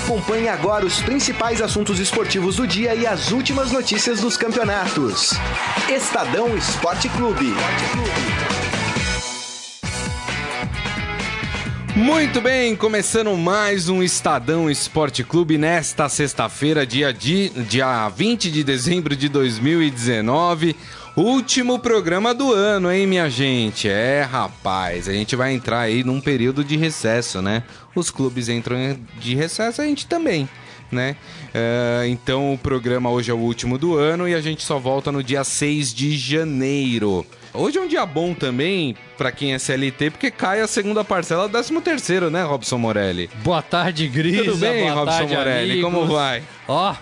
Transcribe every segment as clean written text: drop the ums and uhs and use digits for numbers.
Acompanhe agora os principais assuntos esportivos do dia e as últimas notícias dos campeonatos. Estadão Esporte Clube. Muito bem, começando mais um Estadão Esporte Clube nesta sexta-feira, dia 20 de dezembro de 2019. Último programa do ano, hein, minha gente? Rapaz, a gente vai entrar aí num período de recesso, né? Os clubes entram de recesso, a gente também, né? Então o programa hoje é o último do ano e a gente só volta no dia 6 de janeiro. Hoje é um dia bom também pra quem é CLT, porque cai a segunda parcela do 13º, né, Robson Morelli? Boa tarde, Grisa. Tudo bem, boa Robson tarde, Morelli? amigos. Como vai? Ó,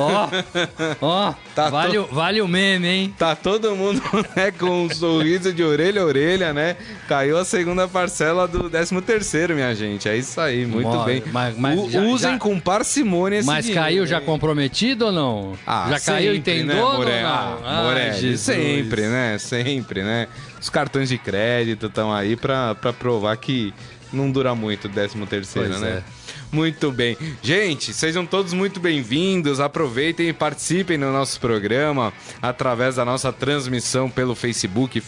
Tá vale o meme, hein? Tá todo mundo, né, com um sorriso de orelha a orelha, né? Caiu a segunda parcela do 13º, minha gente. É isso aí, muito bem. Usem com parcimônia esse Mas dinheiro, caiu já comprometido ou não? Já caiu e tem dono ou não? Morelli, sempre, né? Sempre, né? Os cartões de crédito estão aí pra provar que não dura muito o 13º, né? Muito bem. Gente, sejam todos muito bem-vindos. Aproveitem e participem do nosso programa através da nossa transmissão pelo Facebook,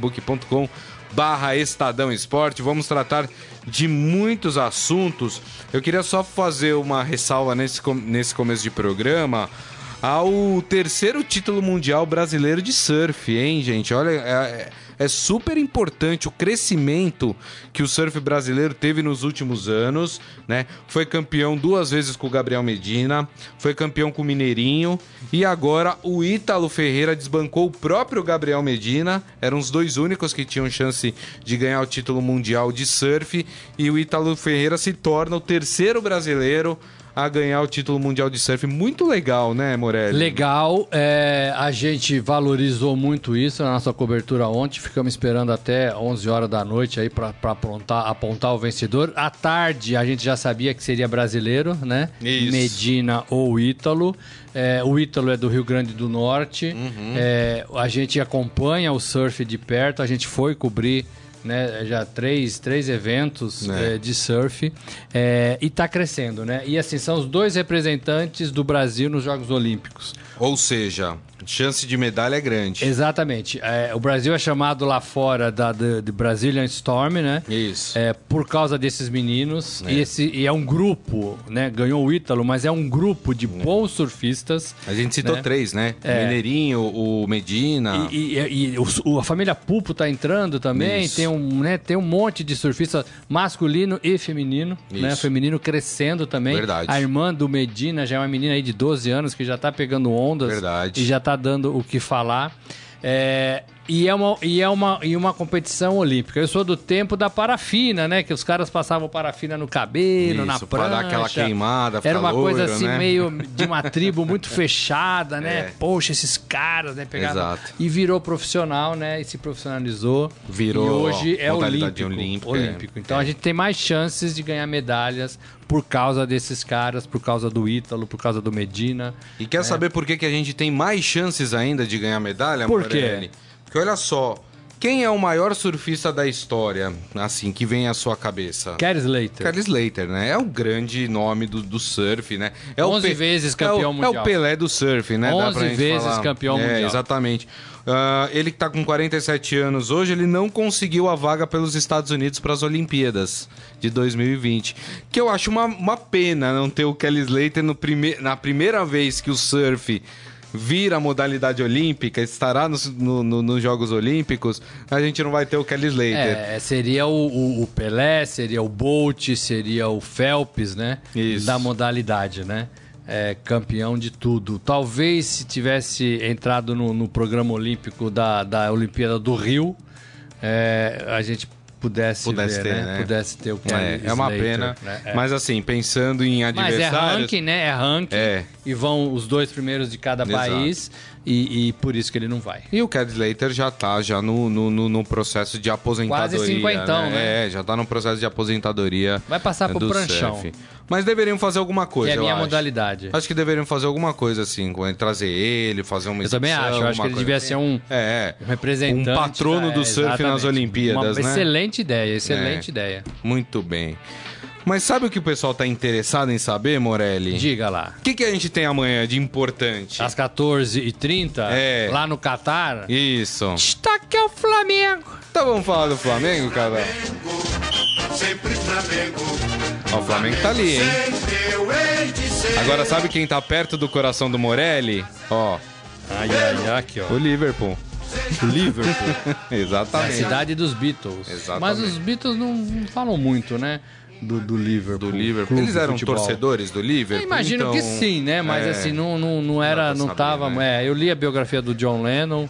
facebook.com/Estadão Esporte. Vamos tratar de muitos assuntos. Eu queria só fazer uma ressalva nesse começo de programa ao terceiro título mundial brasileiro de surf, hein, gente? Olha, é super importante o crescimento que o surf brasileiro teve nos últimos anos, né? Foi campeão 2 vezes com o Gabriel Medina, foi campeão com o Mineirinho e agora o Ítalo Ferreira desbancou o próprio Gabriel Medina. Eram os dois únicos que tinham chance de ganhar o título mundial de surf e o Ítalo Ferreira se torna o terceiro brasileiro a ganhar o título mundial de surf. Muito legal, né, Morelli? Legal, a gente valorizou muito isso na nossa cobertura ontem, ficamos esperando até 11 horas da noite aí para apontar o vencedor. À tarde a gente já sabia que seria brasileiro, né? Isso. Medina ou Ítalo. O Ítalo é do Rio Grande do Norte. A gente acompanha o surf de perto, a gente foi cobrir, né, já três eventos de surf e está crescendo, né? E assim, são os 2 representantes do Brasil nos Jogos Olímpicos. Ou seja, chance de medalha é grande. Exatamente. O Brasil é chamado lá fora de Brazilian Storm, né? Isso. Por causa desses meninos. E é um grupo, né? Ganhou o Ítalo, mas é um grupo de bons surfistas. A gente citou 3, né? O Mineirinho, o Medina. A família Pupo tá entrando também. Isso. Tem um monte de surfistas masculino e feminino. Né? Feminino crescendo também. Verdade. A irmã do Medina já é uma menina aí de 12 anos que já tá pegando ondas. Verdade. E já tá dando o que falar. E uma competição olímpica. Eu sou do tempo da parafina, né? Que os caras passavam parafina no cabelo, na prancha. Pra dar aquela queimada, ficar Era uma loiro, coisa assim, né? meio de uma tribo muito fechada, né? Poxa, esses caras, né? Pegavam. Exato. E virou profissional, né? E se profissionalizou. Virou e hoje é modalidade olímpico. Então a gente tem mais chances de ganhar medalhas por causa desses caras, por causa do Ítalo, por causa do Medina. E quer saber por que a gente tem mais chances ainda de ganhar medalha, Por Morelli? quê? Porque olha só, quem é o maior surfista da história, assim, que vem à sua cabeça? Kelly Slater. Kelly Slater, né? É o grande nome do surf, né? 11 vezes campeão mundial. É o Pelé do surf, né? 11 vezes campeão mundial. Exatamente. Ele que tá com 47 anos hoje, ele não conseguiu a vaga pelos Estados Unidos para as Olimpíadas de 2020. Que eu acho uma pena não ter o Kelly Slater na primeira vez que o surf vira a modalidade olímpica, estará nos Jogos Olímpicos, a gente não vai ter o Kelly Slater. Seria o Pelé, seria o Bolt, seria o Phelps, né? Isso. Da modalidade, né? Campeão de tudo. Talvez se tivesse entrado no programa olímpico da Olimpíada do Rio, a gente pudesse ver, ter, né? Pudesse ter o Kelly Slater. É uma pena, né? Mas assim, pensando em adversários... Mas é ranking, né? É ranking. E vão os 2 primeiros de cada país e por isso que ele não vai. E o Kelly Slater já tá no processo de aposentadoria. Quase 50, né? Já tá no processo de aposentadoria. Vai passar pro pranchão. Surf. Mas deveriam fazer alguma coisa, que é a minha modalidade. Acho que deveriam fazer alguma coisa assim, trazer ele, fazer uma exibição. Eu também acho. Eu acho que ele devia ser um representante. Um patrono do surf nas Olimpíadas, Excelente ideia, ideia. Muito bem. Mas sabe o que o pessoal tá interessado em saber, Morelli? Diga lá. O que a gente tem amanhã de importante? Às 14h30, lá no Catar. Isso. Está aqui o Flamengo. Então vamos falar do Flamengo, cara? Sempre Flamengo. Ó, o Flamengo tá ali, hein? Agora sabe quem tá perto do coração do Morelli? Ó. Ai, aqui, ó. O Liverpool. O Liverpool. Exatamente. A cidade dos Beatles. Exatamente. Mas os Beatles não falam muito, né? Do Liverpool. Do Liverpool. Eles eram torcedores do Liverpool? Eu imagino então, que sim, né? Mas assim, não era, não tava... Né? Eu li a biografia do John Lennon.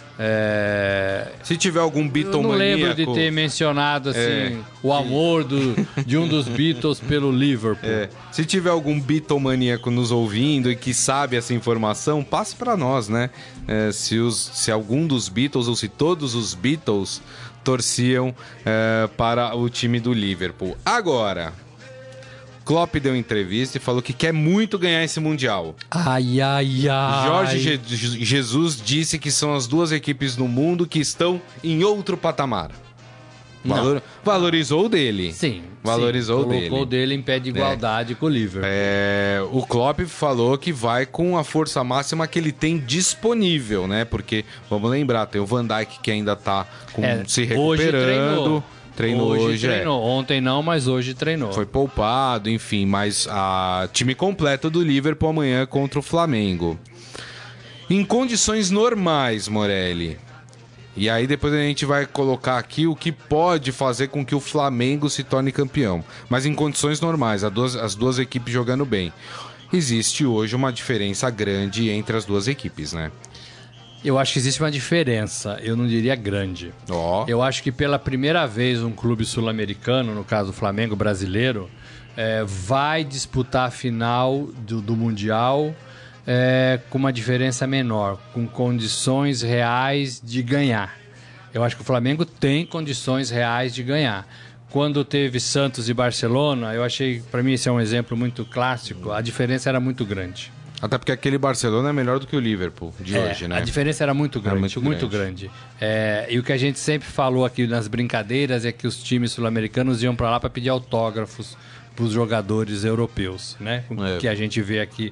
Se tiver algum Beatle maníaco... Eu não lembro de ter mencionado assim, o amor de um dos Beatles pelo Liverpool. Se tiver algum Beatle maníaco nos ouvindo e que sabe essa informação, passe para nós, né? Se algum dos Beatles ou se todos os Beatles torciam para o time do Liverpool. Agora, Klopp deu entrevista e falou que quer muito ganhar esse Mundial. Ai. Jorge Jesus disse que são as duas equipes no mundo que estão em outro patamar. Valorizou o dele. Sim. Valorizou o dele. Colocou o dele em pé de igualdade com o Liverpool. O Klopp falou que vai com a força máxima que ele tem disponível, né? Porque, vamos lembrar, tem o Van Dijk que ainda tá se recuperando. Treinou hoje. Ontem não, mas hoje treinou. Foi poupado, enfim, mas a time completo do Liverpool amanhã contra o Flamengo. Em condições normais, Morelli. E aí depois a gente vai colocar aqui o que pode fazer com que o Flamengo se torne campeão. Mas em condições normais, as duas equipes jogando bem. Existe hoje uma diferença grande entre as duas equipes, né? Eu acho que existe uma diferença, eu não diria grande. Eu acho que pela primeira vez um clube sul-americano, no caso o Flamengo brasileiro, vai disputar a final do Mundial com uma diferença menor, com condições reais de ganhar. Eu acho que o Flamengo tem condições reais de ganhar. Quando teve Santos e Barcelona, eu achei, para mim esse é um exemplo muito clássico, a diferença era muito grande. Até porque aquele Barcelona é melhor do que o Liverpool de hoje, né? A diferença era muito grande, muito grande. E o que a gente sempre falou aqui nas brincadeiras é que os times sul-americanos iam para lá para pedir autógrafos para os jogadores europeus, né? Que a gente vê aqui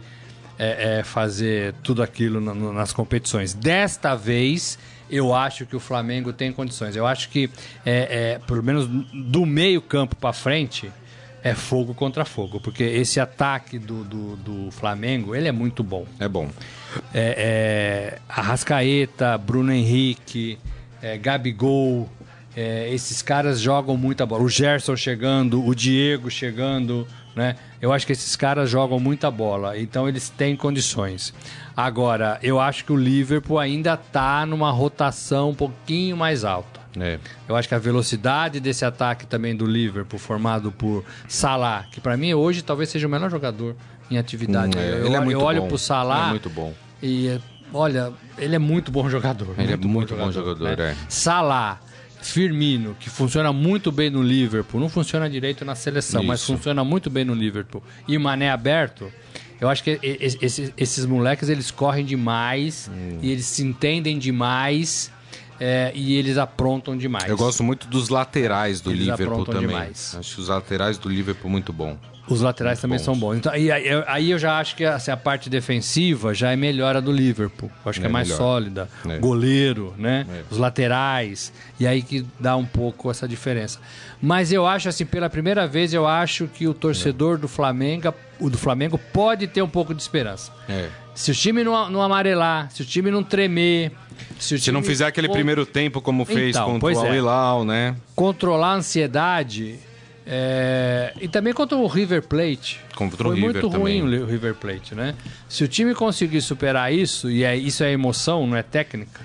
fazer tudo aquilo nas competições. Desta vez, eu acho que o Flamengo tem condições. Eu acho que, pelo menos do meio campo para frente... É fogo contra fogo, porque esse ataque do Flamengo, ele é muito bom. É bom. Arrascaeta, Bruno Henrique, Gabigol, esses caras jogam muita bola. O Gerson chegando, o Diego chegando, né? Eu acho que esses caras jogam muita bola, então eles têm condições. Agora, eu acho que o Liverpool ainda está numa rotação um pouquinho mais alta. Eu acho que a velocidade desse ataque também do Liverpool, formado por Salah, que para mim hoje talvez seja o melhor jogador em atividade. Eu olho pro Salah, ele é muito bom. E olha, ele é muito bom jogador. Ele é muito bom jogador, né? Salah, Firmino, que funciona muito bem no Liverpool, não funciona direito na seleção, mas funciona muito bem no Liverpool. E o Mané aberto, eu acho que esses moleques, eles correm demais e eles se entendem demais. E eles aprontam demais. Eu gosto muito dos laterais do eles Liverpool também. Demais. Acho os laterais do Liverpool muito bom. Os laterais também são bons. Então, aí eu já acho que assim, a parte defensiva já é melhor a do Liverpool. Eu acho que é mais melhor. Sólida. Goleiro, né? Os laterais. E aí que dá um pouco essa diferença. Mas eu acho assim, pela primeira vez, eu acho que o torcedor do Flamengo pode ter um pouco de esperança. Se o time não amarelar, se o time não tremer... Se não fizer aquele primeiro tempo como fez contra o Al Hilal, né? Controlar a ansiedade... E também contra o River Plate. Foi muito ruim o River Plate, né? Se o time conseguir superar isso, e isso é emoção, não é técnica,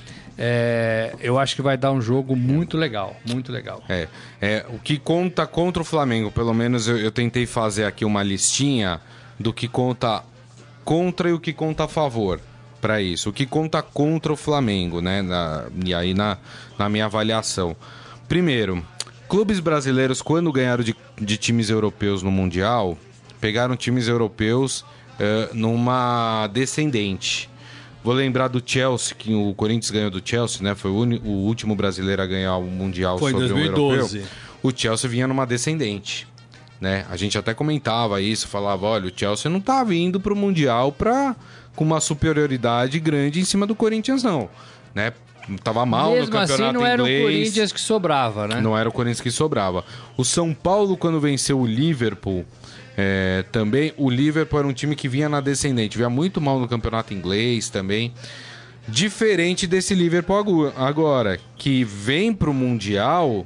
eu acho que vai dar um jogo muito legal, muito legal. O que conta contra o Flamengo, pelo menos eu tentei fazer aqui uma listinha do que conta contra e o que conta a favor para isso. O que conta contra o Flamengo, né? E aí na minha avaliação. Primeiro, clubes brasileiros, quando ganharam de times europeus no Mundial, pegaram times europeus numa descendente. Vou lembrar do Chelsea, que o Corinthians ganhou do Chelsea, né? Foi o último brasileiro a ganhar o Mundial sobre 2012. um europeu. O Chelsea vinha numa descendente. né? A gente até comentava isso, falava, olha, o Chelsea não tá vindo pro Mundial com uma superioridade grande em cima do Corinthians, não, né? Tava mal mesmo no campeonato assim, não era inglês. o Corinthians que sobrava, né? Não era o Corinthians que sobrava. O São Paulo, quando venceu o Liverpool, também, o Liverpool era um time que vinha na descendente, vinha muito mal no campeonato inglês também. Diferente desse Liverpool agora, que vem pro Mundial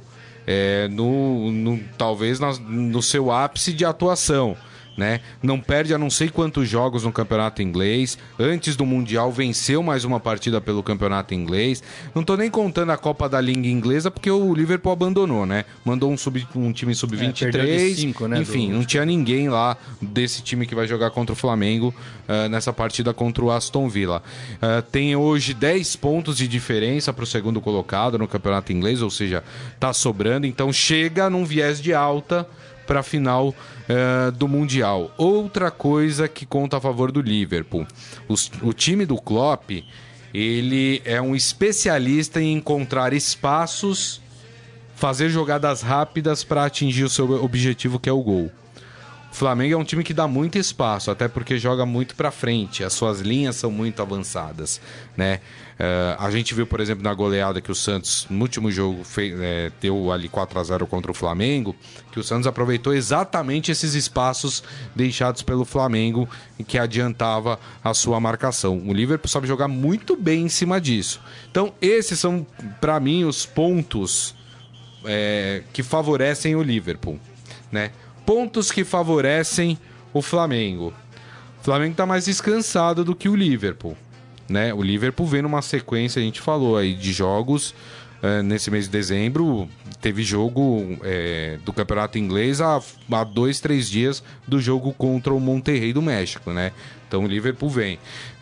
talvez no seu ápice de atuação, né? Não perde a não sei quantos jogos no campeonato inglês. Antes do Mundial venceu mais uma partida pelo campeonato inglês. Não tô nem contando a Copa da Liga Inglesa, porque o Liverpool abandonou, né? Mandou um time sub-23, né, enfim, não tinha ninguém lá desse time que vai jogar contra o Flamengo nessa partida contra o Aston Villa. Tem hoje 10 pontos de diferença para o segundo colocado no campeonato inglês, ou seja, tá sobrando, então chega num viés de alta para a final do Mundial. Outra coisa que conta a favor do Liverpool. O time do Klopp, ele é um especialista em encontrar espaços, fazer jogadas rápidas para atingir o seu objetivo, que é o gol. O Flamengo é um time que dá muito espaço, até porque joga muito para frente, as suas linhas são muito avançadas, né? A gente viu, por exemplo, na goleada que o Santos, no último jogo, deu ali 4-0 contra o Flamengo, que o Santos aproveitou exatamente esses espaços deixados pelo Flamengo, que adiantava a sua marcação. O Liverpool sabe jogar muito bem em cima disso. Então, esses são, para mim, os pontos que favorecem o Liverpool, né? Pontos que favorecem o Flamengo. O Flamengo está mais descansado do que o Liverpool, né? O Liverpool vem numa sequência, a gente falou aí, de jogos nesse mês de dezembro. Teve jogo do Campeonato Inglês há 2-3 dias do jogo contra o Monterrey do México, né? Então o Liverpool vem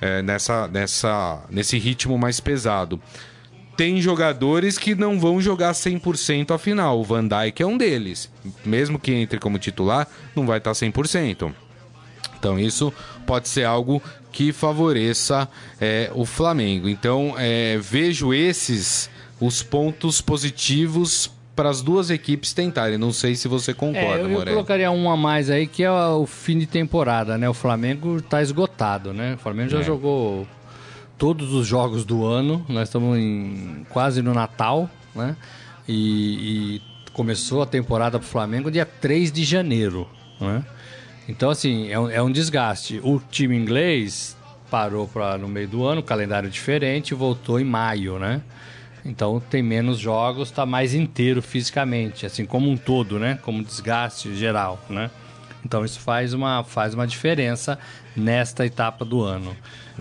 nesse ritmo mais pesado. Tem jogadores que não vão jogar 100% a final. O Van Dijk é um deles. Mesmo que entre como titular, não vai estar 100%. Então isso pode ser algo que favoreça o Flamengo. Então vejo os pontos positivos para as duas equipes tentarem. Não sei se você concorda, Morelli. Eu colocaria um a mais aí, que é o fim de temporada, né? O Flamengo está esgotado, né? O Flamengo já jogou todos os jogos do ano. Nós estamos quase no Natal, né? E começou a temporada para o Flamengo dia 3 de janeiro, né? Então, assim, é um desgaste. O time inglês parou no meio do ano, calendário diferente, voltou em maio, né? Então tem menos jogos, está mais inteiro fisicamente, assim, como um todo, né? Como desgaste geral, né? Então isso faz uma diferença nesta etapa do ano.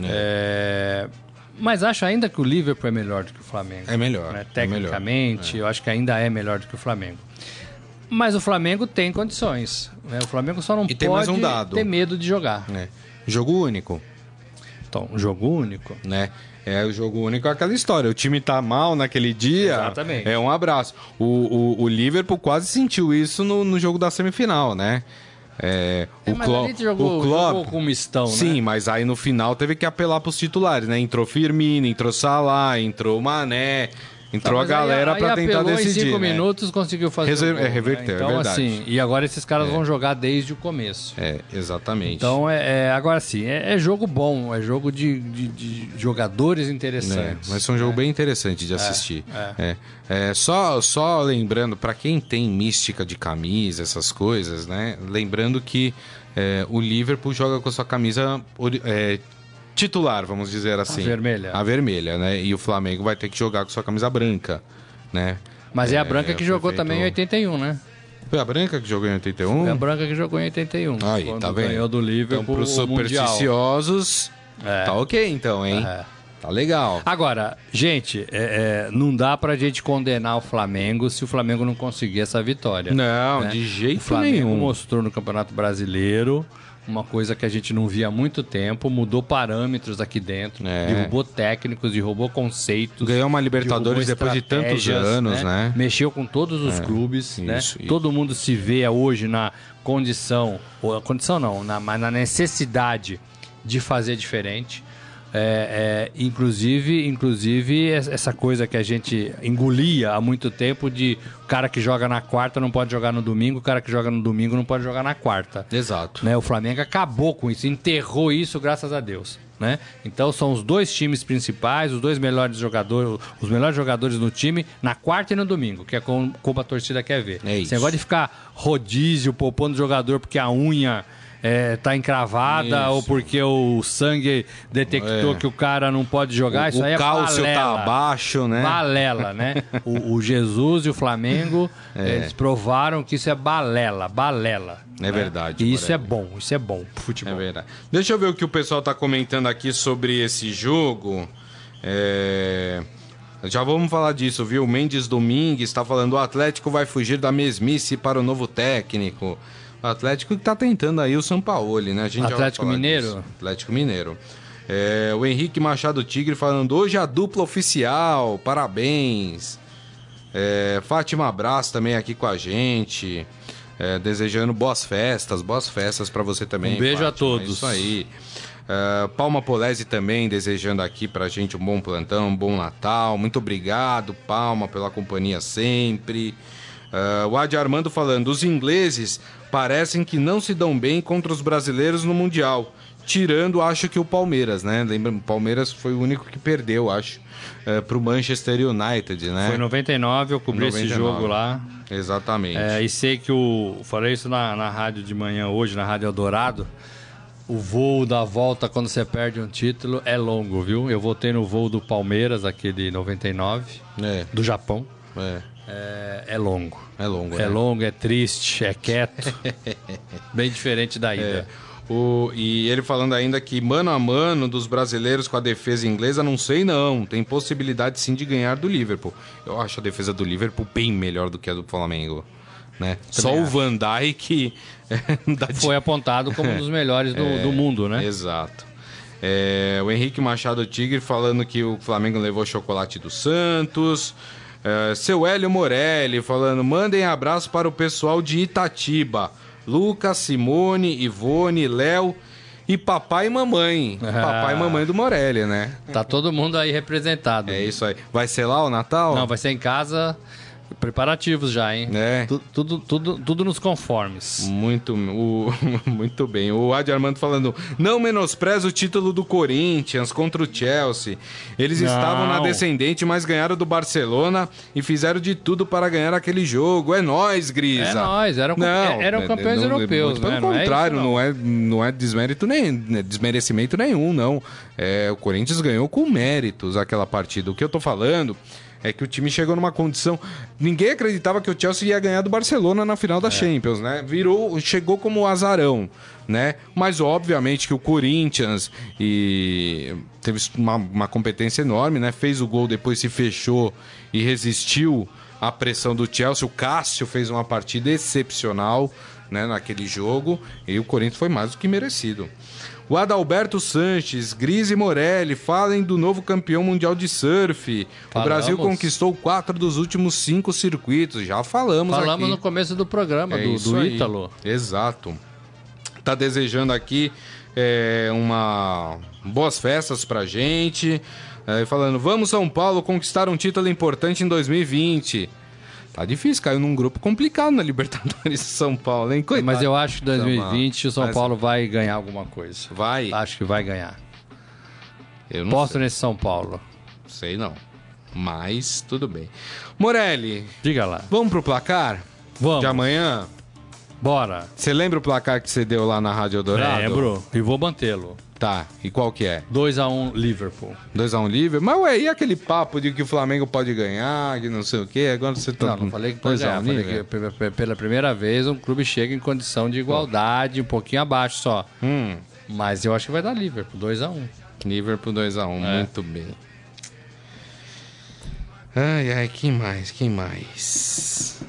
Mas acho ainda que o Liverpool é melhor do que o Flamengo. É melhor. Né? Tecnicamente, eu acho que ainda é melhor do que o Flamengo. Mas o Flamengo tem condições, né? O Flamengo só não pode mais um dado. ter medo de jogar. Jogo único. Então, jogo único. Né? O jogo único é aquela história. O time tá mal naquele dia. Exatamente. É um abraço. O Liverpool quase sentiu isso no jogo da semifinal, né? A gente jogou com mistão, né? Sim, mas aí no final teve que apelar pros titulares, né? Entrou Firmino, entrou Salah, entrou Mané, entrou a galera pra tentar decidir. Em 5 minutos conseguiu fazer o gol, reverter, né? Então, é verdade. assim, e agora esses caras vão jogar desde o começo. Exatamente. Então, agora sim, é jogo bom, é jogo de jogadores interessantes. Mas é um jogo bem interessante de assistir. Só lembrando, pra quem tem mística de camisa, essas coisas, né? Lembrando que o Liverpool joga com a sua camisa titular, vamos dizer assim. A vermelha, né? E o Flamengo vai ter que jogar com sua camisa branca, né? Mas é a branca que jogou também em 81, né? Foi a branca que jogou em 81? Foi a branca que jogou em 81. Aí, quando tá vendo? ganhou do Liverpool. Então, pros supersticiosos, tá ok então, hein? Tá legal. Agora, gente, não dá pra gente condenar o Flamengo se o Flamengo não conseguir essa vitória. Não, né? de jeito nenhum. O Flamengo mostrou no Campeonato Brasileiro uma coisa que a gente não via há muito tempo, mudou parâmetros aqui dentro, derrubou técnicos, derrubou conceitos. Ganhou uma Libertadores depois de tantos anos, né? Mexeu com todos os clubes, né? Isso. Todo mundo se vê hoje na condição, ou condição não, mas na necessidade de fazer diferente. Inclusive, essa coisa que a gente engolia há muito tempo de o cara que joga na quarta não pode jogar no domingo, o cara que joga no domingo não pode jogar na quarta. Exato. Né? O Flamengo acabou com isso, enterrou isso, graças a Deus. Né? Então são os dois times principais, os melhores jogadores no time na quarta e no domingo, que é como a torcida quer ver. É isso. Esse negócio de ficar rodízio, poupando jogador porque a unha tá encravada Isso. ou porque o sangue detectou que o cara não pode jogar, isso aí é balela. O cálcio tá abaixo, né? Balela, né? O Jesus e o Flamengo, eles provaram que isso é balela. É né? verdade. E isso é bom pro futebol. É verdade. Deixa eu ver o que o pessoal tá comentando aqui sobre esse jogo. Já vamos falar disso, viu? Mendes Domingues está falando: o Atlético vai fugir da mesmice para o novo técnico. O Atlético que tá tentando aí o Sampaoli, né? A gente Atlético Mineiro? Disso. Atlético Mineiro. O Henrique Machado Tigre falando: hoje a dupla oficial, parabéns. Fátima Brás também aqui com a gente. Desejando boas festas para você também. Um beijo, Fátima, a todos. É isso aí. Palma Polese também desejando aqui pra gente um bom plantão, um bom Natal. Muito obrigado, Palma, pela companhia sempre. O Adi Armando falando: os ingleses parecem que não se dão bem contra os brasileiros no Mundial. Tirando, acho que o Palmeiras, né? Lembra, o Palmeiras foi o único que perdeu, acho, pro Manchester United, né? Foi em 99, eu cobri esse jogo lá. Exatamente. E sei que falei isso na rádio de manhã hoje, na Rádio Eldorado. O voo da volta quando você perde um título é longo, viu? Eu voltei no voo do Palmeiras, aquele 99, do Japão. É longo. É longo, É longo, é triste, é quieto. Bem diferente da ida. E ele falando ainda que mano a mano dos brasileiros com a defesa inglesa, não sei não. Tem possibilidade sim de ganhar do Liverpool. Eu acho a defesa do Liverpool bem melhor do que a do Flamengo. Né? Só o Van Dijk foi apontado como um dos melhores do mundo, né? Exato. O Henrique Machado Tigre falando que o Flamengo levou chocolate do Santos. Seu Hélio Morelli falando: mandem abraço para o pessoal de Itatiba. Lucas, Simone, Ivone, Léo e papai e mamãe. Papai e mamãe do Morelli, né? Tá todo mundo aí representado. É isso aí. Vai ser lá o Natal? Não, vai ser em casa. Preparativos já, hein? Tudo nos conformes. Muito bem. O Adi Armando falando: não menospreza o título do Corinthians contra o Chelsea. Eles estavam na descendente, mas ganharam do Barcelona e fizeram de tudo para ganhar aquele jogo. É nóis, Grisa. É nóis, eram campeões europeus, pelo contrário, não é desmérito desmerecimento nenhum, não. O Corinthians ganhou com méritos aquela partida. O que eu tô falando é que o time chegou numa condição... Ninguém acreditava que o Chelsea ia ganhar do Barcelona na final da Champions, né? Chegou como azarão, né? Mas obviamente que o Corinthians teve uma competência enorme, né? Fez o gol, depois se fechou e resistiu à pressão do Chelsea. O Cássio fez uma partida excepcional, né, naquele jogo, e o Corinthians foi mais do que merecido. O Adalberto Sanches, Grise Morelli, falem do novo campeão mundial de surf. O Brasil conquistou 4 dos últimos 5 circuitos. Já falamos aqui. No começo do programa, do Ítalo. Exato. Tá desejando aqui boas festas pra gente. Falando: vamos São Paulo conquistar um título importante em 2020. Tá difícil, caiu num grupo complicado na Libertadores de São Paulo, hein? Coitado. Mas eu acho que em 2020 o São Paulo vai ganhar alguma coisa. Vai? Acho que vai ganhar. Eu não Posto sei. nesse São Paulo. Sei não. Mas tudo bem. Morelli, diga lá. Vamos pro placar? Vamos. De amanhã? Bora. Você lembra o placar que você deu lá na Rádio Eldorado? Lembro. E vou mantê-lo. Tá, e qual que é? 2-1 Liverpool. 2-1 Liverpool? Mas e aquele papo de que o Flamengo pode ganhar, que não sei o quê? Agora você tá... Não falei que pode ganhar. Falei que pela primeira vez um clube chega em condição de igualdade, um pouquinho abaixo só. Mas eu acho que vai dar Liverpool, 2-1. Liverpool 2-1, muito bem. Ai, quem mais?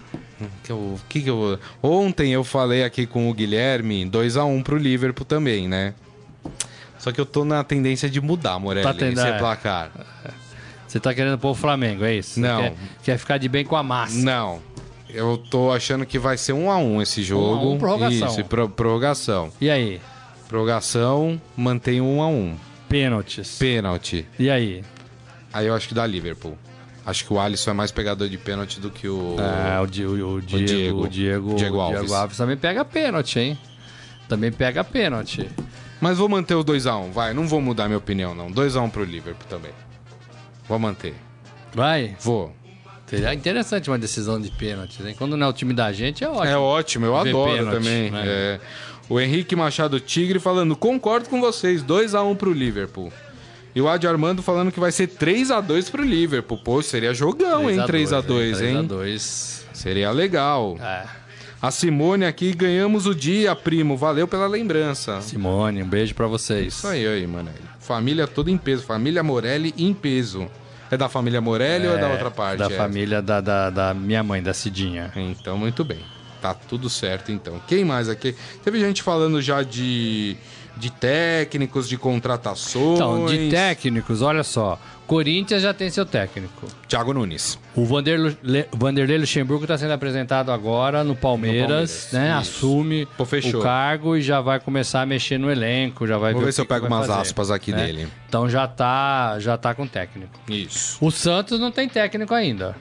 Ontem eu falei aqui com o Guilherme 2-1 pro Liverpool também, né? Só que eu tô na tendência de mudar, Morelli, esse placar. Você tá querendo pôr o Flamengo, é isso? Não. Quer ficar de bem com a massa? Não. Eu tô achando que vai ser 1-1 esse jogo. 1-1, prorrogação. Isso, prorrogação. E aí? Prorrogação, mantém 1-1. Pênaltis. Pênalti. E aí? Aí eu acho que dá Liverpool. Acho que o Alisson é mais pegador de pênalti do que o... O Diego Alves também pega pênalti, hein? Também pega pênalti. Mas vou manter o 2x1, vai. Não vou mudar minha opinião, não. 2x1 pro Liverpool também. Vou manter. Vai? Vou. Seria interessante uma decisão de pênalti, hein? Quando não é o time da gente, é ótimo. É ótimo, eu adoro pênalti, também. né? É. O Henrique Machado Tigre falando, concordo com vocês, 2x1 pro Liverpool. E o Adi Armando falando que vai ser 3x2 pro Liverpool. Pô, seria jogão, 3x2, hein? 3x2. Seria legal. É. A Simone aqui, ganhamos o dia, primo. Valeu pela lembrança. Simone, um beijo pra vocês. Isso aí, mano. Família toda em peso. Família Morelli em peso. É da família Morelli ou é da outra parte? Da família da minha mãe, da Cidinha. Então, muito bem. Tá tudo certo, então. Quem mais aqui? Teve gente falando já de técnicos, de contratações. Então, de técnicos, olha só. Corinthians já tem seu técnico. Thiago Nunes. O Vanderlei Luxemburgo está sendo apresentado agora no Palmeiras, né? Isso. Assume Pô, fechou. o cargo e já vai começar a mexer no elenco, já vai Vou ver ver se eu pego umas aspas aqui dele. Então já tá com técnico. Isso. O Santos não tem técnico ainda.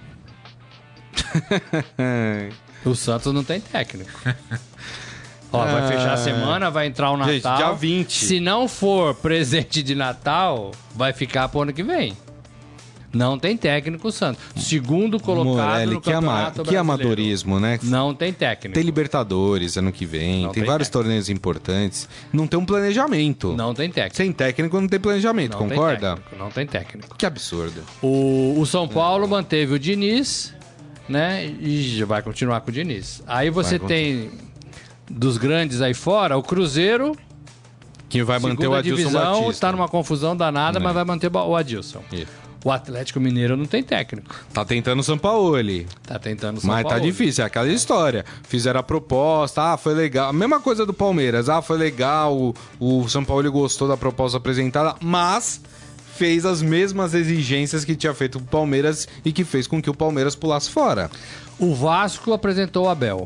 O Santos não tem técnico. Ó, vai fechar a semana, vai entrar o Natal. Gente, dia 20. Se não for presente de Natal, vai ficar pro ano que vem. Não tem técnico o Santos. Segundo colocado Morelli, no Campeonato que Brasileiro. amadorismo, né? Não tem técnico. Tem Libertadores ano que vem, Não tem tem vários torneios importantes. Não tem um planejamento. Não tem técnico. Sem técnico não tem planejamento, Não concorda? Tem técnico, não tem técnico. Que absurdo. O São Paulo manteve o Diniz, né? E já vai continuar com o Diniz. Aí você tem dos grandes aí fora, o Cruzeiro, Que vai manter o segunda Adilson divisão, Batista. está numa confusão danada, mas vai manter o Adilson. Isso. O Atlético Mineiro não tem técnico. Tá tentando o Sampaoli. Tá tentando o São Mas Paulo. tá difícil, é aquela história. Fizeram a proposta, foi legal. A mesma coisa do Palmeiras, foi legal, o São Paulo gostou da proposta apresentada, mas fez as mesmas exigências que tinha feito o Palmeiras e que fez com que o Palmeiras pulasse fora. O Vasco apresentou o Abel.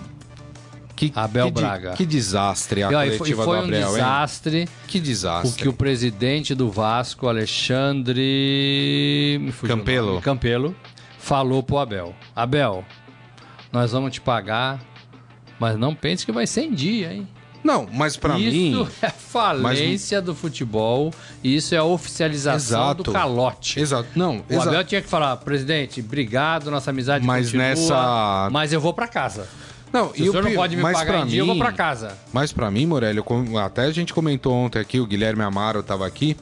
Abel Braga. Que desastre a E coletiva foi do Abel, um desastre. hein? Que desastre. O que o presidente do Vasco, Alexandre... me fugiu o Campelo. nome. Campelo, falou pro Abel. Abel, nós vamos te pagar, mas não pense que vai ser em dia, hein? Não, mas pra mim... Isso é falência do futebol, isso é a oficialização do calote. Exato. Não, O Abel tinha que falar, presidente, obrigado, nossa amizade Mas continua, mas eu vou pra casa. Não, Se o senhor não pode me pagar em dia, eu vou pra casa. Mas pra mim, Morelli, até a gente comentou ontem aqui, o Guilherme Amaro tava aqui,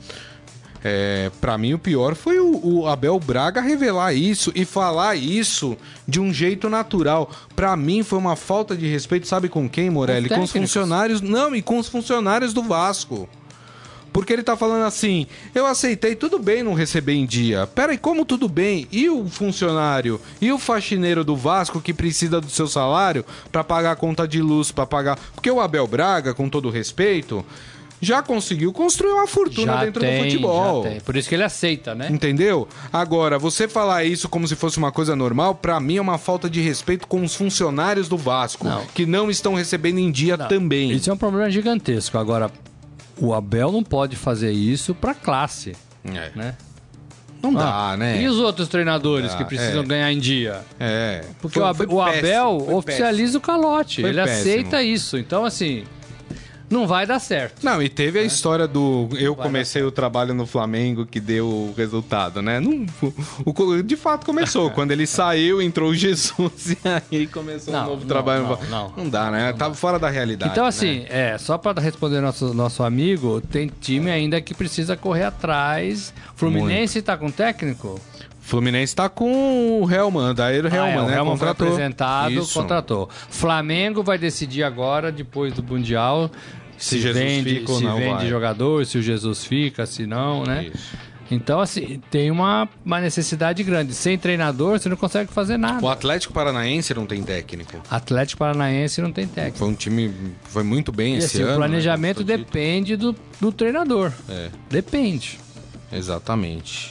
pra mim o pior foi o Abel Braga revelar isso e falar isso de um jeito natural. Pra mim foi uma falta de respeito, sabe com quem, Morelli? Com os funcionários, não, e com os funcionários do Vasco. Porque ele tá falando assim, eu aceitei, tudo bem não receber em dia. Peraí, como tudo bem? E o funcionário? E o faxineiro do Vasco que precisa do seu salário pra pagar a conta de luz, pra pagar... Porque o Abel Braga, com todo respeito, já conseguiu construir uma fortuna dentro do futebol. Já tem. Por isso que ele aceita, né? Entendeu? Agora, você falar isso como se fosse uma coisa normal, pra mim é uma falta de respeito com os funcionários do Vasco, que não estão recebendo em dia também. Isso é um problema gigantesco. Agora, o Abel não pode fazer isso pra classe, né? Não dá, né? E os outros treinadores que precisam ganhar em dia? Porque o Abel oficializa o calote. Ele aceita isso. Então, assim, não vai dar certo. Não, e teve a história do... Eu comecei o trabalho no Flamengo que deu o resultado, né? De fato começou. Quando ele saiu, entrou o Jesus e aí começou um novo trabalho. Não dá, né? Tava fora da realidade. Então, assim, só para responder nosso amigo, tem time ainda que precisa correr atrás. Fluminense tá com técnico? Fluminense tá com o Helman, daí o Helman, né? O Helman foi contratou. apresentado, contratou. Flamengo vai decidir agora, depois do Mundial, se Jesus fica ou não, vende jogador, se o Jesus fica, se não, né? Isso. Então, assim, tem uma necessidade grande. Sem treinador, você não consegue fazer nada. O Atlético Paranaense não tem técnico. Atlético Paranaense não tem técnico. Foi um time... Foi muito bem esse ano. O planejamento depende do treinador. Depende. Exatamente.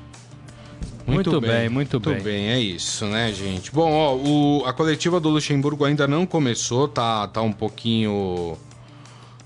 Muito bem. Muito bem, é isso, né, gente? Bom, ó, a coletiva do Luxemburgo ainda não começou, tá um pouquinho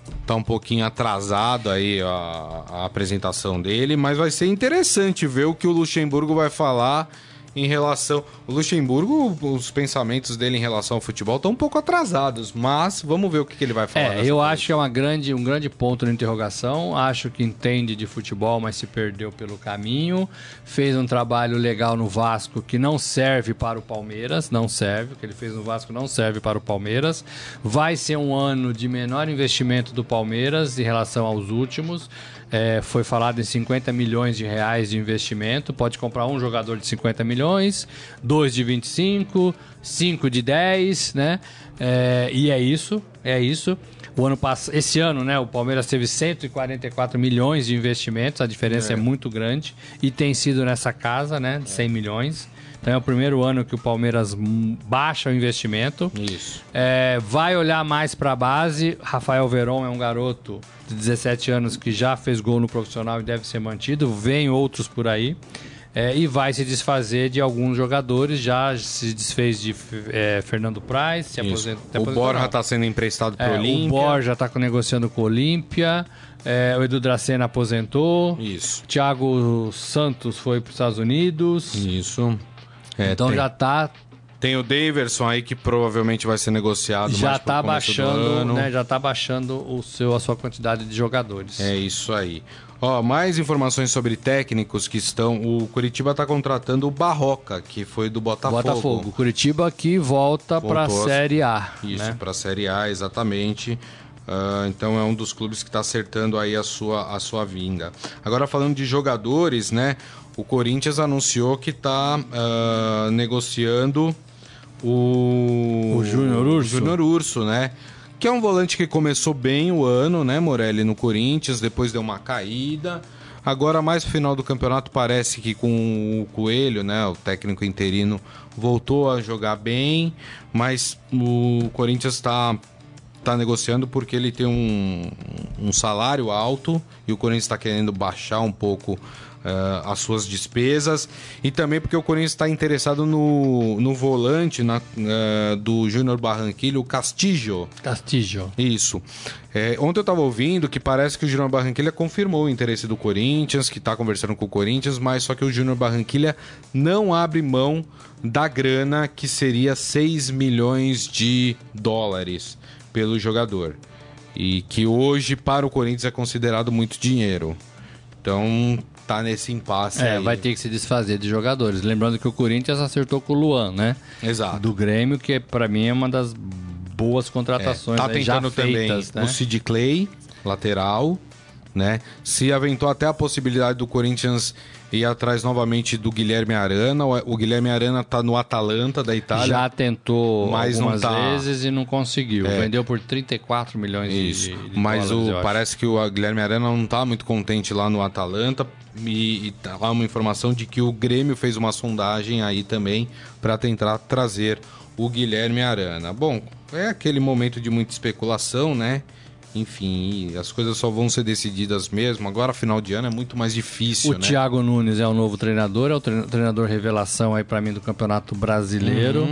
tá um pouquinho atrasado aí a apresentação dele, mas vai ser interessante ver o que o Luxemburgo vai falar em relação... O Luxemburgo, os pensamentos dele em relação ao futebol estão um pouco atrasados, mas vamos ver o que ele vai falar. Eu acho que é um grande ponto de interrogação. Acho que entende de futebol, mas se perdeu pelo caminho. Fez um trabalho legal no Vasco que não serve para o Palmeiras. Não serve. O que ele fez no Vasco não serve para o Palmeiras. Vai ser um ano de menor investimento do Palmeiras em relação aos últimos. Foi falado em 50 milhões de reais de investimento. Pode comprar um jogador de 50 milhões, 2 de 25, 5 de 10, né? E é isso. Esse ano, né, o Palmeiras teve 144 milhões de investimentos. A diferença é muito grande. E tem sido nessa casa, né, de 100 milhões. Então é o primeiro ano que o Palmeiras baixa o investimento. Isso. Vai olhar mais para a base. Rafael Veron é um garoto de 17 anos que já fez gol no profissional e deve ser mantido. Vem outros por aí. E vai se desfazer de alguns jogadores. Já se desfez de Fernando Praz. Se aposentou, o Borja está sendo emprestado para o Olímpia. O Borja está negociando com o Olímpia. O Edu Dracena aposentou. Isso. Thiago Santos foi para os Estados Unidos. Isso. Então já tá... Tem o Daverson aí que provavelmente vai ser negociado já mais tá pro começo do ano. Né? Já tá baixando a sua quantidade de jogadores. É isso aí. Mais informações sobre técnicos que estão... O Curitiba está contratando o Barroca, que foi do Botafogo. Curitiba que volta para a Série A. Isso, né? para a Série A, exatamente. Então é um dos clubes que está acertando aí a sua vinda. Agora falando de jogadores, né? O Corinthians anunciou que está negociando o Júnior Urso, né? Que é um volante que começou bem o ano, né, Morelli, no Corinthians, depois deu uma caída. Agora, mais no final do campeonato, parece que com o Coelho, né, o técnico interino, voltou a jogar bem, mas o Corinthians está negociando porque ele tem um salário alto e o Corinthians está querendo baixar um pouco as suas despesas, e também porque o Corinthians está interessado no volante do Júnior Barranquilla, o Castillo. Isso. Ontem eu estava ouvindo que parece que o Júnior Barranquilla confirmou o interesse do Corinthians, que está conversando com o Corinthians, mas só que o Júnior Barranquilla não abre mão da grana, que seria 6 milhões de dólares pelo jogador, e que hoje para o Corinthians é considerado muito dinheiro. Então tá nesse impasse aí. Vai ter que se desfazer de jogadores. Lembrando que o Corinthians acertou com o Luan, né? Exato. Do Grêmio, que para mim é uma das boas contratações tá tentando já feitas, também, né? O Sid Clay, lateral, né? Se aventou até a possibilidade do Corinthians ir atrás novamente do Guilherme Arana. O Guilherme Arana tá no Atalanta da Itália. Já tentou mas algumas vezes e não conseguiu. Vendeu por 34 milhões de mas dólares, parece que o Guilherme Arana não tá muito contente lá no Atalanta. E tá lá uma informação de que o Grêmio fez uma sondagem aí também para tentar trazer o Guilherme Arana. Bom, é aquele momento de muita especulação, né? Enfim, as coisas só vão ser decididas mesmo. Agora, final de ano, é muito mais difícil, né? O Thiago Nunes é o novo treinador, é o treinador revelação aí para mim do Campeonato Brasileiro.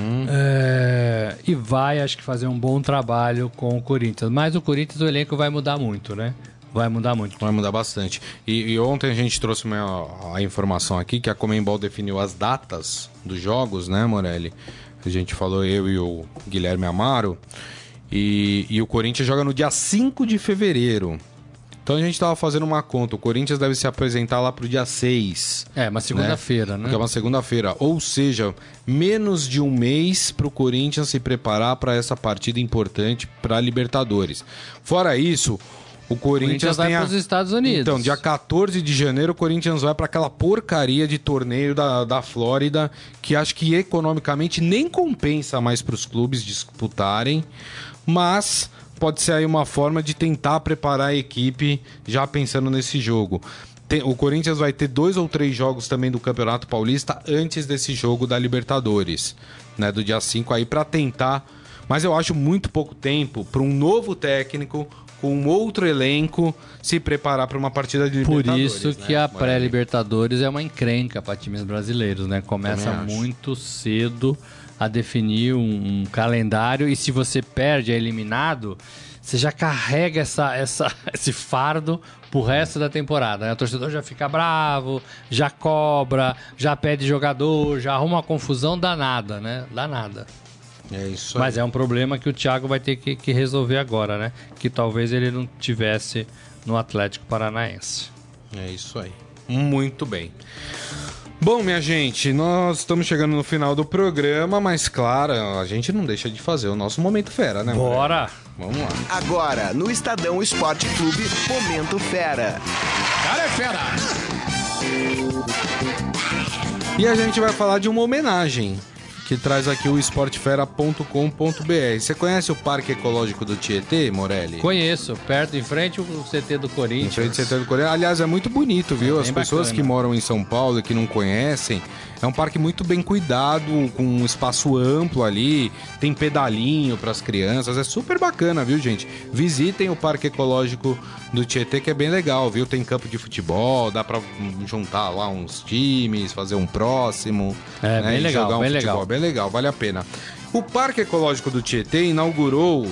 E vai, acho que, fazer um bom trabalho com o Corinthians. Mas o Corinthians, o elenco vai mudar muito, né? Vai mudar muito. Vai mudar bastante. E ontem a gente trouxe a informação aqui que a Conmebol definiu as datas dos jogos, né, Morelli? A gente falou, eu e o Guilherme Amaro. E o Corinthians joga no dia 5 de fevereiro. Então a gente estava fazendo uma conta. O Corinthians deve se apresentar lá pro dia 6. Uma segunda-feira, né? Porque é uma segunda-feira. Ou seja, menos de um mês para o Corinthians se preparar para essa partida importante para a Libertadores. Fora isso, o Corinthians vai para os Estados Unidos. Então, dia 14 de janeiro, o Corinthians vai para aquela porcaria de torneio da Flórida, que acho que economicamente nem compensa mais para os clubes disputarem, mas pode ser aí uma forma de tentar preparar a equipe já pensando nesse jogo. O Corinthians vai ter 2 ou 3 jogos também do Campeonato Paulista antes desse jogo da Libertadores, né, do dia 5 aí, para tentar. Mas eu acho muito pouco tempo para um novo técnico com um outro elenco se preparar para uma partida de Libertadores. Por isso que a pré-Libertadores é uma encrenca para times brasileiros, né? Começa muito cedo, a definir um calendário, e se você perde, é eliminado, você já carrega esse fardo pro resto da temporada, né? O torcedor já fica bravo, já cobra, já pede jogador, já arruma uma confusão danada, né? Danada. É isso aí. Mas é um problema que o Thiago vai ter que resolver agora, né? Que talvez ele não tivesse no Atlético Paranaense. É isso aí. Muito bem. Bom, minha gente, nós estamos chegando no final do programa, mas claro, a gente não deixa de fazer o nosso Momento Fera, né? Bora! Vamos lá. Agora, no Estadão Esporte Clube, Momento Fera. Cara é fera! E a gente vai falar de uma homenagem que traz aqui o esportefera.com.br. Você conhece o Parque Ecológico do Tietê, Morelli? Conheço, perto, em frente ao CT do Corinthians. Em frente ao CT do Corinthians. Aliás, é muito bonito, viu? As pessoas que moram em São Paulo e que não conhecem, é um parque muito bem cuidado, com um espaço amplo ali, tem pedalinho para as crianças, é super bacana, viu, gente? Visitem o Parque Ecológico do Tietê, que é bem legal, viu? Tem campo de futebol, dá para juntar lá uns times, fazer um próximo. É, né? Bem legal, jogar um bem futebol. legal. Bem legal, vale a pena. O Parque Ecológico do Tietê inaugurou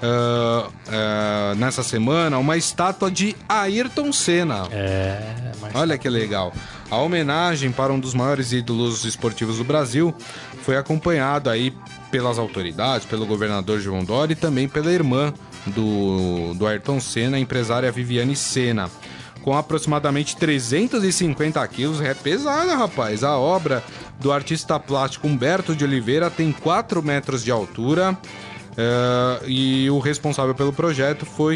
nessa semana uma estátua de Ayrton Senna. Mas... Olha que legal. A homenagem para um dos maiores ídolos esportivos do Brasil foi acompanhado aí pelas autoridades, pelo governador João Dória e também pela irmã do Ayrton Senna, a empresária Viviane Senna. Com aproximadamente 350 quilos, é pesada, rapaz. A obra do artista plástico Humberto de Oliveira tem 4 metros de altura e o responsável pelo projeto foi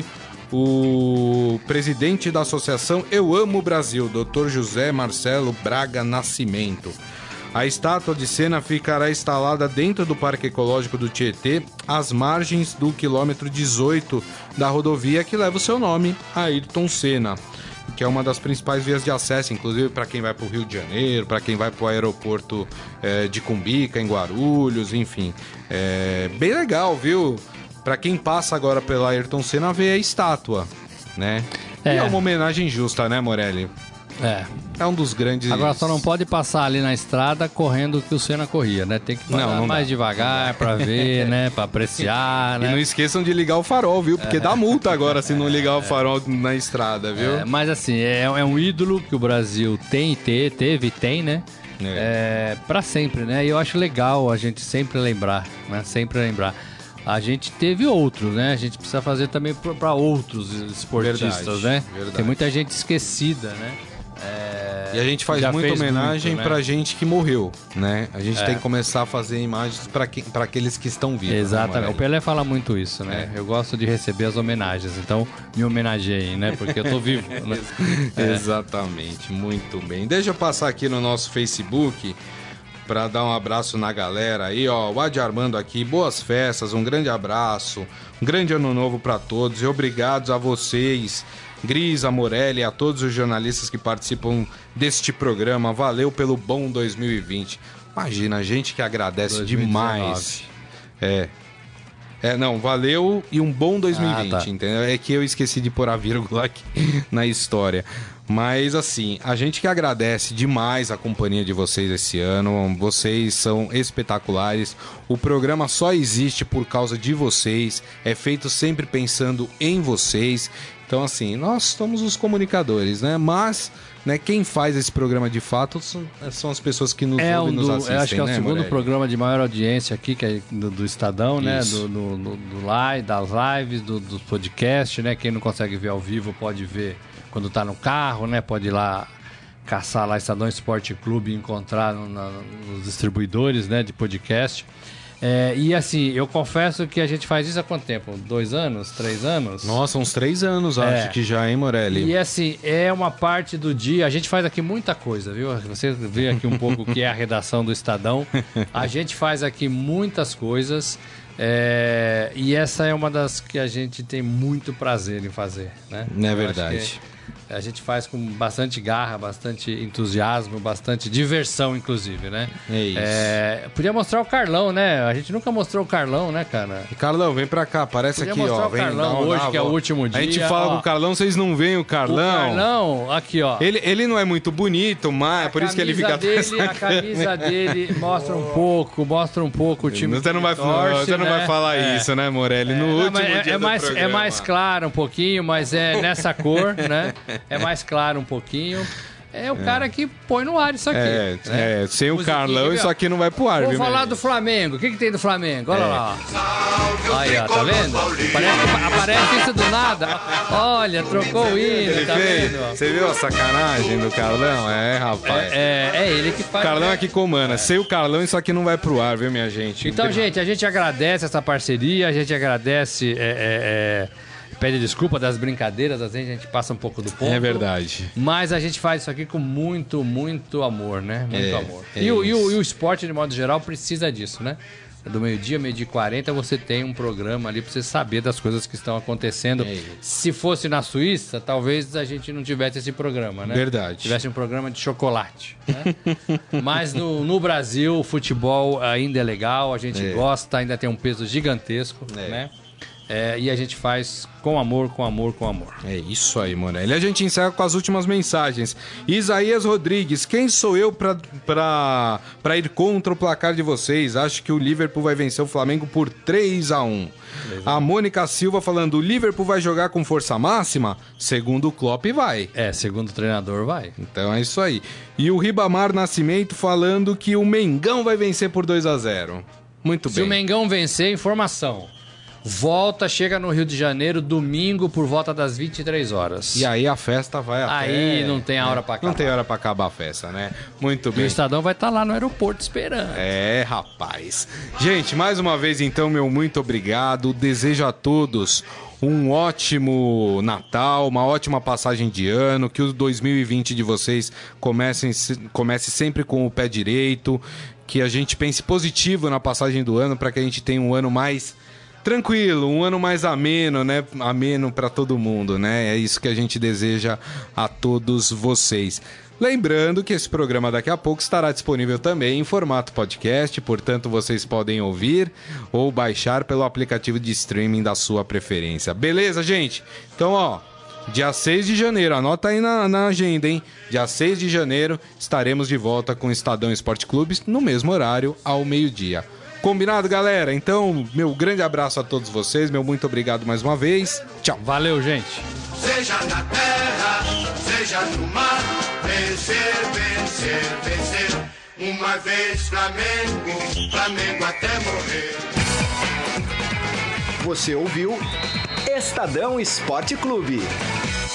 o presidente da associação Eu Amo Brasil, Dr. José Marcelo Braga Nascimento. A estátua de Senna ficará instalada dentro do Parque Ecológico do Tietê, às margens do quilômetro 18 da rodovia que leva o seu nome, Ayrton Senna, que é uma das principais vias de acesso, inclusive para quem vai para o Rio de Janeiro, para quem vai para o aeroporto de Cumbica, em Guarulhos, enfim. É bem legal, viu? Para quem passa agora pela Ayrton Senna, vê a estátua, né? E é uma homenagem justa, né, Morelli? É um dos grandes... Agora só não pode passar ali na estrada correndo o que o Senna corria, né? Tem que passar mais devagar pra ver, né? Pra apreciar, né? E não esqueçam de ligar o farol, viu? Porque dá multa agora se não ligar o farol na estrada, viu? Mas assim, é um ídolo que o Brasil teve e tem, né? Pra sempre, né? E eu acho legal a gente sempre lembrar, né? Sempre lembrar. A gente teve outros, né? A gente precisa fazer também para outros esportistas, né? Tem muita gente esquecida, né? E a gente faz muita homenagem muito, né? Pra gente que morreu, né? A gente tem que começar a fazer imagens para aqueles que estão vivos. Exatamente. Né, o Pelé fala muito isso, né? Eu gosto de receber as homenagens, então me homenageiem, né? Porque eu tô vivo. Né? Exatamente, muito bem. Deixa eu passar aqui no nosso Facebook para dar um abraço na galera aí, ó. O Adi Armando aqui, boas festas, um grande abraço, um grande ano novo para todos e obrigados a vocês, Grisa, Morelli, a todos os jornalistas que participam deste programa. Valeu pelo bom 2020. Imagina, a gente que agradece 2019. Demais. Não, valeu e um bom 2020, entendeu? É que eu esqueci de pôr a vírgula aqui na história. Mas assim, a gente que agradece demais a companhia de vocês esse ano. Vocês são espetaculares. O programa só existe por causa de vocês. É feito sempre pensando em vocês. Então assim, nós somos os comunicadores, né? Mas, né, quem faz esse programa de fato são as pessoas que nos ouvem e nos assistem, eu acho que é o segundo Morelli? Programa de maior audiência aqui, que é do Estadão, né? Das lives, do podcast, né? Quem não consegue ver ao vivo pode ver quando tá no carro, né? Pode ir lá caçar lá Estadão Esporte Clube e encontrar nos distribuidores, né, de podcast. E assim, eu confesso que a gente faz isso há quanto tempo? 2 anos? 3 anos? Nossa, uns 3 anos, acho que já, hein, Morelli? E assim, é uma parte do dia, a gente faz aqui muita coisa, viu? Você vê aqui um pouco o que é a redação do Estadão. A gente faz aqui muitas coisas, e essa é uma das que a gente tem muito prazer em fazer, né? É verdade. A gente faz com bastante garra, bastante entusiasmo, bastante diversão, inclusive, né? É isso. Podia mostrar o Carlão, né? A gente nunca mostrou o Carlão, né, cara? Carlão, vem pra cá, aparece Podia aqui, mostrar ó. o Carlão hoje, que é o último dia. A gente fala com o Carlão, vocês não veem o Carlão. O Carlão, aqui, ó. Ele não é muito bonito, mas por isso que ele fica atrás da A camisa dele mostra um pouco o time. Você não vai falar isso, né, Morelli? No último dia do programa. É mais claro um pouquinho, mas é nessa cor, né? É mais claro um pouquinho. É o cara que põe no ar isso aqui. Sem o Carlão, isso aqui não vai pro ar, Vamos falar do Flamengo. O que tem do Flamengo? Olha lá. Aí, ó, tá vendo? Aparece isso do nada. Olha, trocou o hino, tá vendo? Você viu a sacanagem do Carlão? É, rapaz. É ele que faz. O Carlão aqui comanda. Sem o Carlão, isso aqui não vai pro ar, viu, minha gente? Então, gente, a gente agradece essa parceria, a gente agradece... Pede desculpa das brincadeiras, às vezes a gente passa um pouco do ponto. É verdade. Mas a gente faz isso aqui com muito, muito amor, né? Muito amor. E o esporte, de modo geral, precisa disso, né? Do meio-dia, 12h40, você tem um programa ali pra você saber das coisas que estão acontecendo. Se fosse na Suíça, talvez a gente não tivesse esse programa, né? Verdade. Tivesse um programa de chocolate, né? Mas no Brasil, o futebol ainda é legal, a gente gosta, ainda tem um peso gigantesco, né? E a gente faz com amor, com amor, com amor. É isso aí, Morelli. A gente encerra com as últimas mensagens. Isaías Rodrigues, quem sou eu pra ir contra o placar de vocês? Acho que o Liverpool vai vencer o Flamengo por 3-1. A Mônica Silva falando, o Liverpool vai jogar com força máxima? Segundo o Klopp, vai. Segundo o treinador, vai. Então é isso aí. E o Ribamar Nascimento falando que o Mengão vai vencer por 2-0. Muito bem. Se o Mengão vencer, informação. Chega no Rio de Janeiro, domingo, por volta das 23 horas. E aí a festa vai até... Aí não tem hora pra acabar. Não tem hora pra acabar a festa, né? Muito bem. E o Estadão vai estar lá no aeroporto esperando. Rapaz. Gente, mais uma vez, então, meu muito obrigado. Desejo a todos um ótimo Natal, uma ótima passagem de ano, que o 2020 de vocês comece sempre com o pé direito, que a gente pense positivo na passagem do ano, para que a gente tenha um ano mais... tranquilo, um ano mais ameno, né? Ameno para todo mundo, né? É isso que a gente deseja a todos vocês. Lembrando que esse programa daqui a pouco estará disponível também em formato podcast, portanto vocês podem ouvir ou baixar pelo aplicativo de streaming da sua preferência. Beleza, gente? Então, ó, dia 6 de janeiro, anota aí na agenda, hein? Dia 6 de janeiro estaremos de volta com o Estadão Esporte Clube no mesmo horário, ao meio-dia. Combinado, galera? Então, meu grande abraço a todos vocês, meu muito obrigado mais uma vez. Tchau. Valeu, gente. Seja na terra, seja no mar, vencer, vencer, vencer. Uma vez Flamengo, Flamengo até morrer. Você ouviu Estadão Esporte Clube.